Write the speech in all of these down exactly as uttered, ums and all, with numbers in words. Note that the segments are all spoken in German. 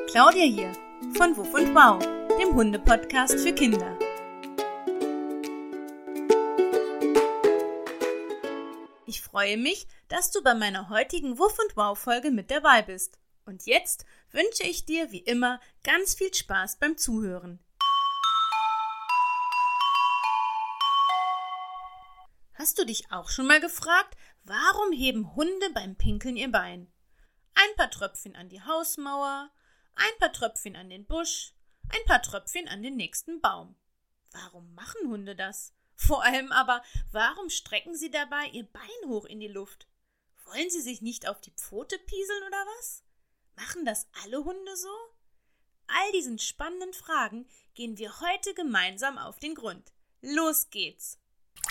Claudia hier von Wuff und Wow, dem Hunde-Podcast für Kinder. Ich freue mich, dass du bei meiner heutigen Wuff und Wow-Folge mit dabei bist. Und jetzt wünsche ich dir wie immer ganz viel Spaß beim Zuhören. Hast du dich auch schon mal gefragt, warum heben Hunde beim Pinkeln ihr Bein? Ein paar Tröpfchen an die Hausmauer, ein paar Tröpfchen an den Busch, ein paar Tröpfchen an den nächsten Baum. Warum machen Hunde das? Vor allem aber, warum strecken sie dabei ihr Bein hoch in die Luft? Wollen sie sich nicht auf die Pfote pieseln oder was? Machen das alle Hunde so? All diesen spannenden Fragen gehen wir heute gemeinsam auf den Grund. Los geht's!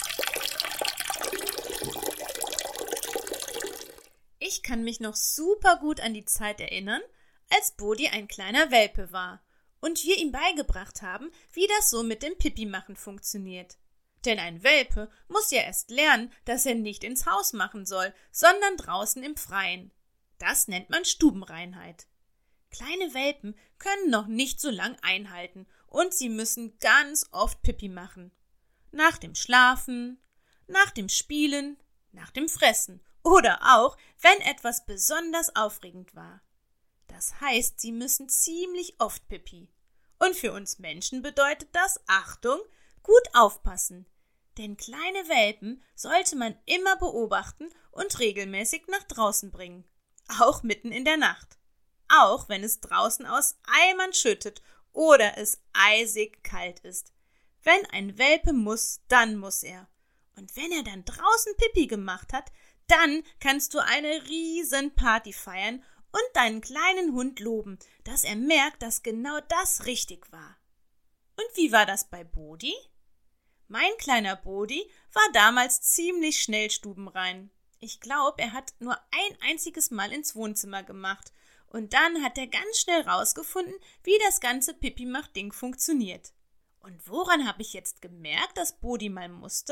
Ich kann mich noch super gut an die Zeit erinnern, als Bodhi ein kleiner Welpe war und wir ihm beigebracht haben, wie das so mit dem Pipi-Machen funktioniert. Denn ein Welpe muss ja erst lernen, dass er nicht ins Haus machen soll, sondern draußen im Freien. Das nennt man Stubenreinheit. Kleine Welpen können noch nicht so lang einhalten und sie müssen ganz oft Pipi machen. Nach dem Schlafen, nach dem Spielen, nach dem Fressen oder auch, wenn etwas besonders aufregend war. Das heißt, sie müssen ziemlich oft Pipi. Und für uns Menschen bedeutet das, Achtung, gut aufpassen. Denn kleine Welpen sollte man immer beobachten und regelmäßig nach draußen bringen. Auch mitten in der Nacht. Auch wenn es draußen aus Eimern schüttet oder es eisig kalt ist. Wenn ein Welpe muss, dann muss er. Und wenn er dann draußen Pipi gemacht hat, dann kannst du eine riesen Party feiern und deinen kleinen Hund loben, dass er merkt, dass genau das richtig war. Und wie war das bei Bodhi? Mein kleiner Bodhi war damals ziemlich schnell stubenrein. Ich glaube, er hat nur ein einziges Mal ins Wohnzimmer gemacht und dann hat er ganz schnell rausgefunden, wie das ganze Pipi-Mach-Ding funktioniert. Und woran habe ich jetzt gemerkt, dass Bodhi mal musste?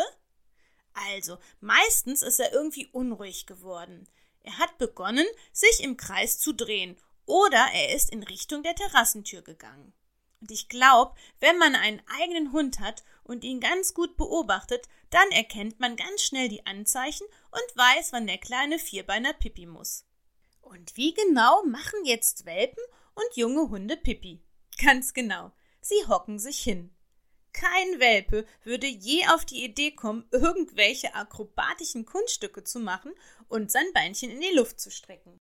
Also, meistens ist er irgendwie unruhig geworden. Er hat begonnen, sich im Kreis zu drehen oder er ist in Richtung der Terrassentür gegangen. Und ich glaube, wenn man einen eigenen Hund hat und ihn ganz gut beobachtet, dann erkennt man ganz schnell die Anzeichen und weiß, wann der kleine Vierbeiner Pipi muss. Und wie genau machen jetzt Welpen und junge Hunde Pipi? Ganz genau, sie hocken sich hin. Kein Welpe würde je auf die Idee kommen, irgendwelche akrobatischen Kunststücke zu machen und sein Beinchen in die Luft zu strecken.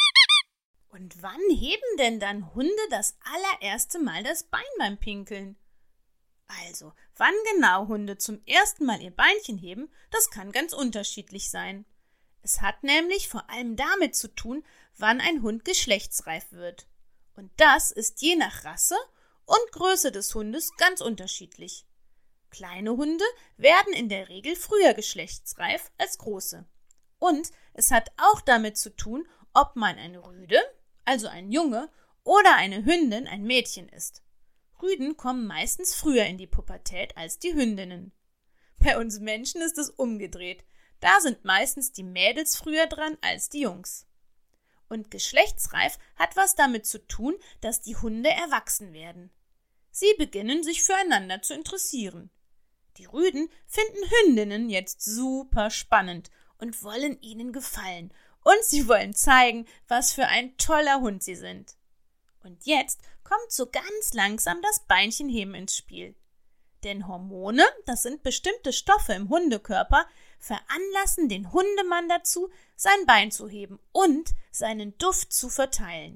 Und wann heben denn dann Hunde das allererste Mal das Bein beim Pinkeln? Also, wann genau Hunde zum ersten Mal ihr Beinchen heben, das kann ganz unterschiedlich sein. Es hat nämlich vor allem damit zu tun, wann ein Hund geschlechtsreif wird. Und das ist je nach Rasse und Größe des Hundes ganz unterschiedlich. Kleine Hunde werden in der Regel früher geschlechtsreif als große. Und es hat auch damit zu tun, ob man ein Rüde, also ein Junge, oder eine Hündin, ein Mädchen ist. Rüden kommen meistens früher in die Pubertät als die Hündinnen. Bei uns Menschen ist es umgedreht. Da sind meistens die Mädels früher dran als die Jungs. Und geschlechtsreif hat was damit zu tun, dass die Hunde erwachsen werden. Sie beginnen, sich füreinander zu interessieren. Die Rüden finden Hündinnen jetzt super spannend und wollen ihnen gefallen. Und sie wollen zeigen, was für ein toller Hund sie sind. Und jetzt kommt so ganz langsam das Beinchenheben ins Spiel. Denn Hormone, das sind bestimmte Stoffe im Hundekörper, veranlassen den Hundemann dazu, sein Bein zu heben und seinen Duft zu verteilen.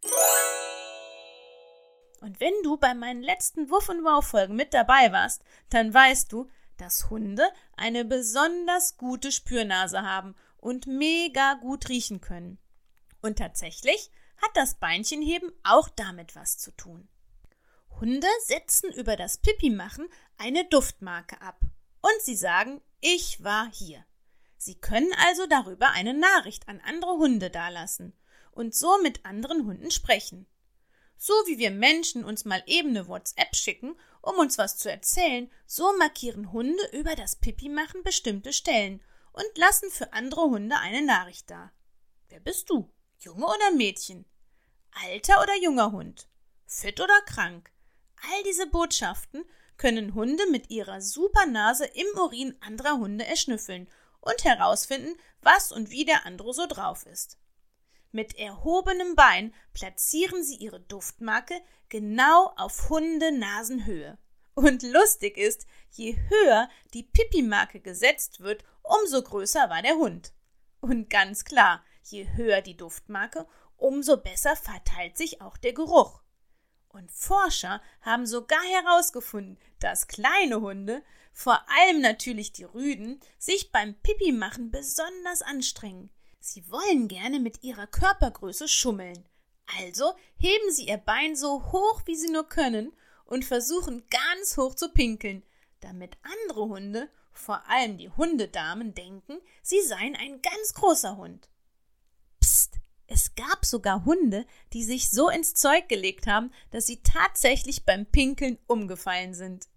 Und wenn du bei meinen letzten Wuff und Wow-Folgen mit dabei warst, dann weißt du, dass Hunde eine besonders gute Spürnase haben und mega gut riechen können. Und tatsächlich hat das Beinchenheben auch damit was zu tun. Hunde setzen über das Pipi-Machen eine Duftmarke ab und sie sagen, ich war hier. Sie können also darüber eine Nachricht an andere Hunde dalassen und so mit anderen Hunden sprechen. So wie wir Menschen uns mal eben eine WhatsApp schicken, um uns was zu erzählen, so markieren Hunde über das Pipi-Machen bestimmte Stellen und lassen für andere Hunde eine Nachricht da. Wer bist du? Junge oder Mädchen? alter oder junger Hund, fit oder krank. All diese Botschaften können Hunde mit ihrer super Nase im Urin anderer Hunde erschnüffeln und herausfinden, was und wie der andere so drauf ist. Mit erhobenem Bein platzieren sie ihre Duftmarke genau auf Hundenasenhöhe. Und lustig ist, je höher die Pipi-Marke gesetzt wird, umso größer war der Hund. Und ganz klar, je höher die Duftmarke, umso besser verteilt sich auch der Geruch. Und Forscher haben sogar herausgefunden, dass kleine Hunde, vor allem natürlich die Rüden, sich beim Pipi-Machen besonders anstrengen. Sie wollen gerne mit ihrer Körpergröße schummeln. Also heben sie ihr Bein so hoch, wie sie nur können und versuchen ganz hoch zu pinkeln, damit andere Hunde, vor allem die Hundedamen, denken, sie seien ein ganz großer Hund. Psst, es gab sogar Hunde, die sich so ins Zeug gelegt haben, dass sie tatsächlich beim Pinkeln umgefallen sind.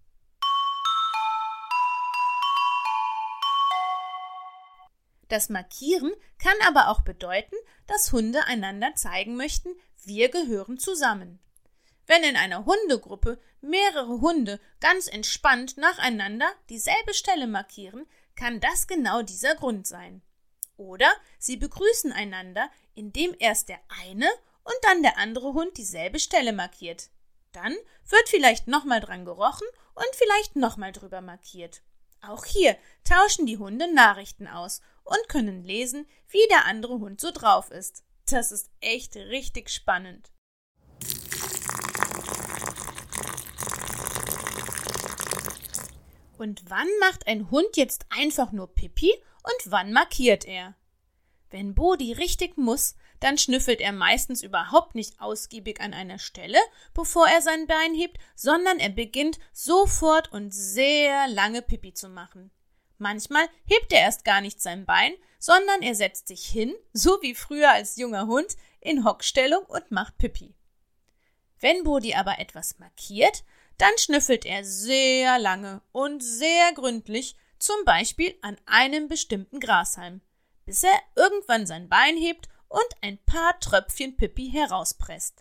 Das Markieren kann aber auch bedeuten, dass Hunde einander zeigen möchten, wir gehören zusammen. Wenn in einer Hundegruppe mehrere Hunde ganz entspannt nacheinander dieselbe Stelle markieren, kann das genau dieser Grund sein. Oder sie begrüßen einander, indem erst der eine und dann der andere Hund dieselbe Stelle markiert. Dann wird vielleicht nochmal dran gerochen und vielleicht nochmal drüber markiert. Auch hier tauschen die Hunde Nachrichten aus und können lesen, wie der andere Hund so drauf ist. Das ist echt richtig spannend. Und wann macht ein Hund jetzt einfach nur Pipi und wann markiert er? Wenn Bodi richtig muss, dann schnüffelt er meistens überhaupt nicht ausgiebig an einer Stelle, bevor er sein Bein hebt, sondern er beginnt sofort und sehr lange Pipi zu machen. Manchmal hebt er erst gar nicht sein Bein, sondern er setzt sich hin, so wie früher als junger Hund, in Hockstellung und macht Pipi. Wenn Bodi aber etwas markiert, dann schnüffelt er sehr lange und sehr gründlich, zum Beispiel an einem bestimmten Grashalm, bis er irgendwann sein Bein hebt und ein paar Tröpfchen Pipi herauspresst.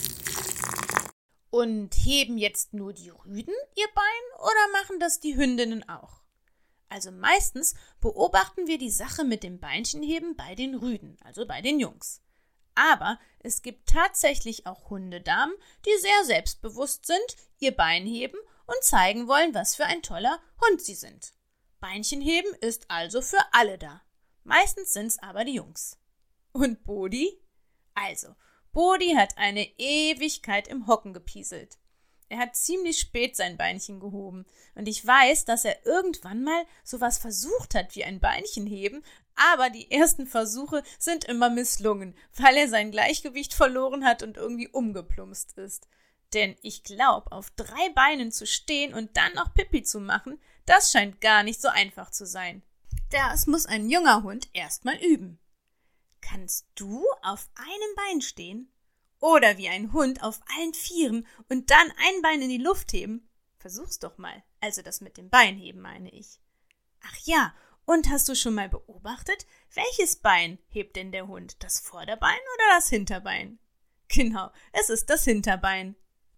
Und heben jetzt nur die Rüden ihr Bein oder machen das die Hündinnen auch? Also meistens beobachten wir die Sache mit dem Beinchenheben bei den Rüden, also bei den Jungs. Aber es gibt tatsächlich auch Hundedamen, die sehr selbstbewusst sind, ihr Bein heben und zeigen wollen, was für ein toller Hund sie sind. Beinchenheben ist also für alle da. Meistens sind's aber die Jungs. Und Bodi? Also, Bodi hat eine Ewigkeit im Hocken gepieselt. Er hat ziemlich spät sein Beinchen gehoben. Und ich weiß, dass er irgendwann mal sowas versucht hat wie ein Beinchen heben, aber die ersten Versuche sind immer misslungen, weil er sein Gleichgewicht verloren hat und irgendwie umgeplumpst ist. Denn ich glaube, auf drei Beinen zu stehen und dann noch Pipi zu machen, das scheint gar nicht so einfach zu sein. Das muss ein junger Hund erstmal üben. Kannst du auf einem Bein stehen? Oder wie ein Hund auf allen Vieren und dann ein Bein in die Luft heben? Versuch's doch mal. Also das mit dem Beinheben meine ich. Ach ja, und hast du schon mal beobachtet, welches Bein hebt denn der Hund? Das Vorderbein oder das Hinterbein? Genau, es ist das Hinterbein.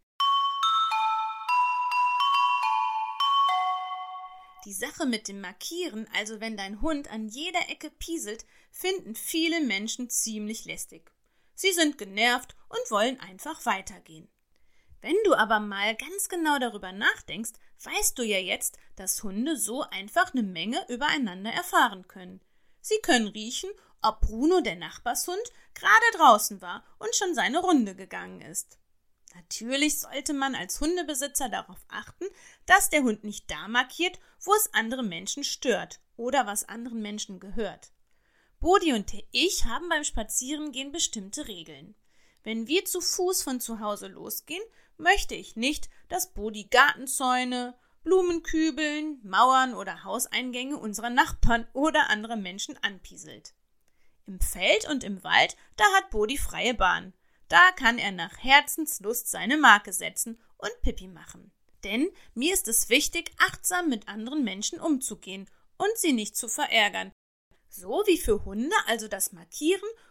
Die Sache mit dem Markieren, also wenn dein Hund an jeder Ecke pieselt, finden viele Menschen ziemlich lästig. Sie sind genervt und wollen einfach weitergehen. Wenn du aber mal ganz genau darüber nachdenkst, weißt du ja jetzt, dass Hunde so einfach eine Menge übereinander erfahren können. Sie können riechen, ob Bruno, der Nachbarshund, gerade draußen war und schon seine Runde gegangen ist. Natürlich sollte man als Hundebesitzer darauf achten, dass der Hund nicht da markiert, wo es andere Menschen stört oder was anderen Menschen gehört. Bodi und ich haben beim Spazierengehen bestimmte Regeln. Wenn wir zu Fuß von zu Hause losgehen, möchte ich nicht, dass Bodi Gartenzäune, Blumenkübeln, Mauern oder Hauseingänge unserer Nachbarn oder anderer Menschen anpieselt. Im Feld und im Wald, da hat Bodi freie Bahn. Da kann er nach Herzenslust seine Marke setzen und Pipi machen. Denn mir ist es wichtig, achtsam mit anderen Menschen umzugehen und sie nicht zu verärgern. So wie für Hunde also das Markieren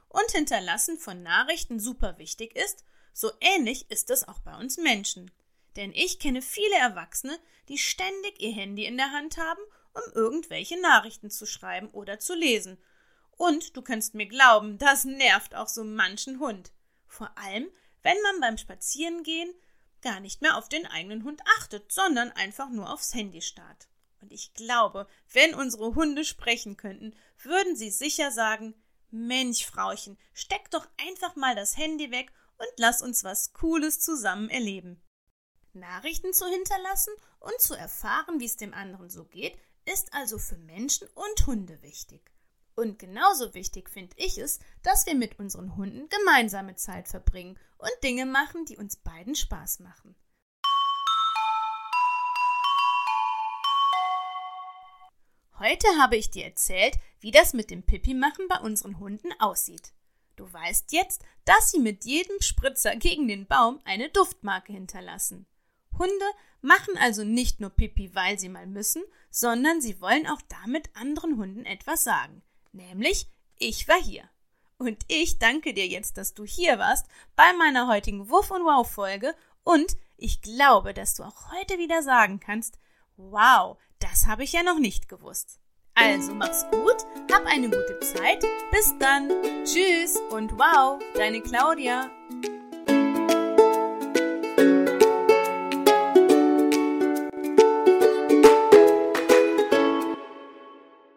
und Hinterlassen von Nachrichten super wichtig ist, so ähnlich ist es auch bei uns Menschen. Denn ich kenne viele Erwachsene, die ständig ihr Handy in der Hand haben, um irgendwelche Nachrichten zu schreiben oder zu lesen. Und du kannst mir glauben, das nervt auch so manchen Hund. Vor allem, wenn man beim Spazierengehen gar nicht mehr auf den eigenen Hund achtet, sondern einfach nur aufs Handy starrt. Und ich glaube, wenn unsere Hunde sprechen könnten, würden sie sicher sagen, Mensch, Frauchen, steck doch einfach mal das Handy weg und lass uns was Cooles zusammen erleben. Nachrichten zu hinterlassen und zu erfahren, wie es dem anderen so geht, ist also für Menschen und Hunde wichtig. Und genauso wichtig finde ich es, dass wir mit unseren Hunden gemeinsame Zeit verbringen und Dinge machen, die uns beiden Spaß machen. Heute habe ich dir erzählt, wie das mit dem Pipi-Machen bei unseren Hunden aussieht. Du weißt jetzt, dass sie mit jedem Spritzer gegen den Baum eine Duftmarke hinterlassen. Hunde machen also nicht nur Pipi, weil sie mal müssen, sondern sie wollen auch damit anderen Hunden etwas sagen. Nämlich, ich war hier. Und ich danke dir jetzt, dass du hier warst bei meiner heutigen Wuff und Wow Folge und ich glaube, dass du auch heute wieder sagen kannst, wow, das habe ich ja noch nicht gewusst. Also mach's gut, hab eine gute Zeit, bis dann, tschüss und wow, deine Claudia.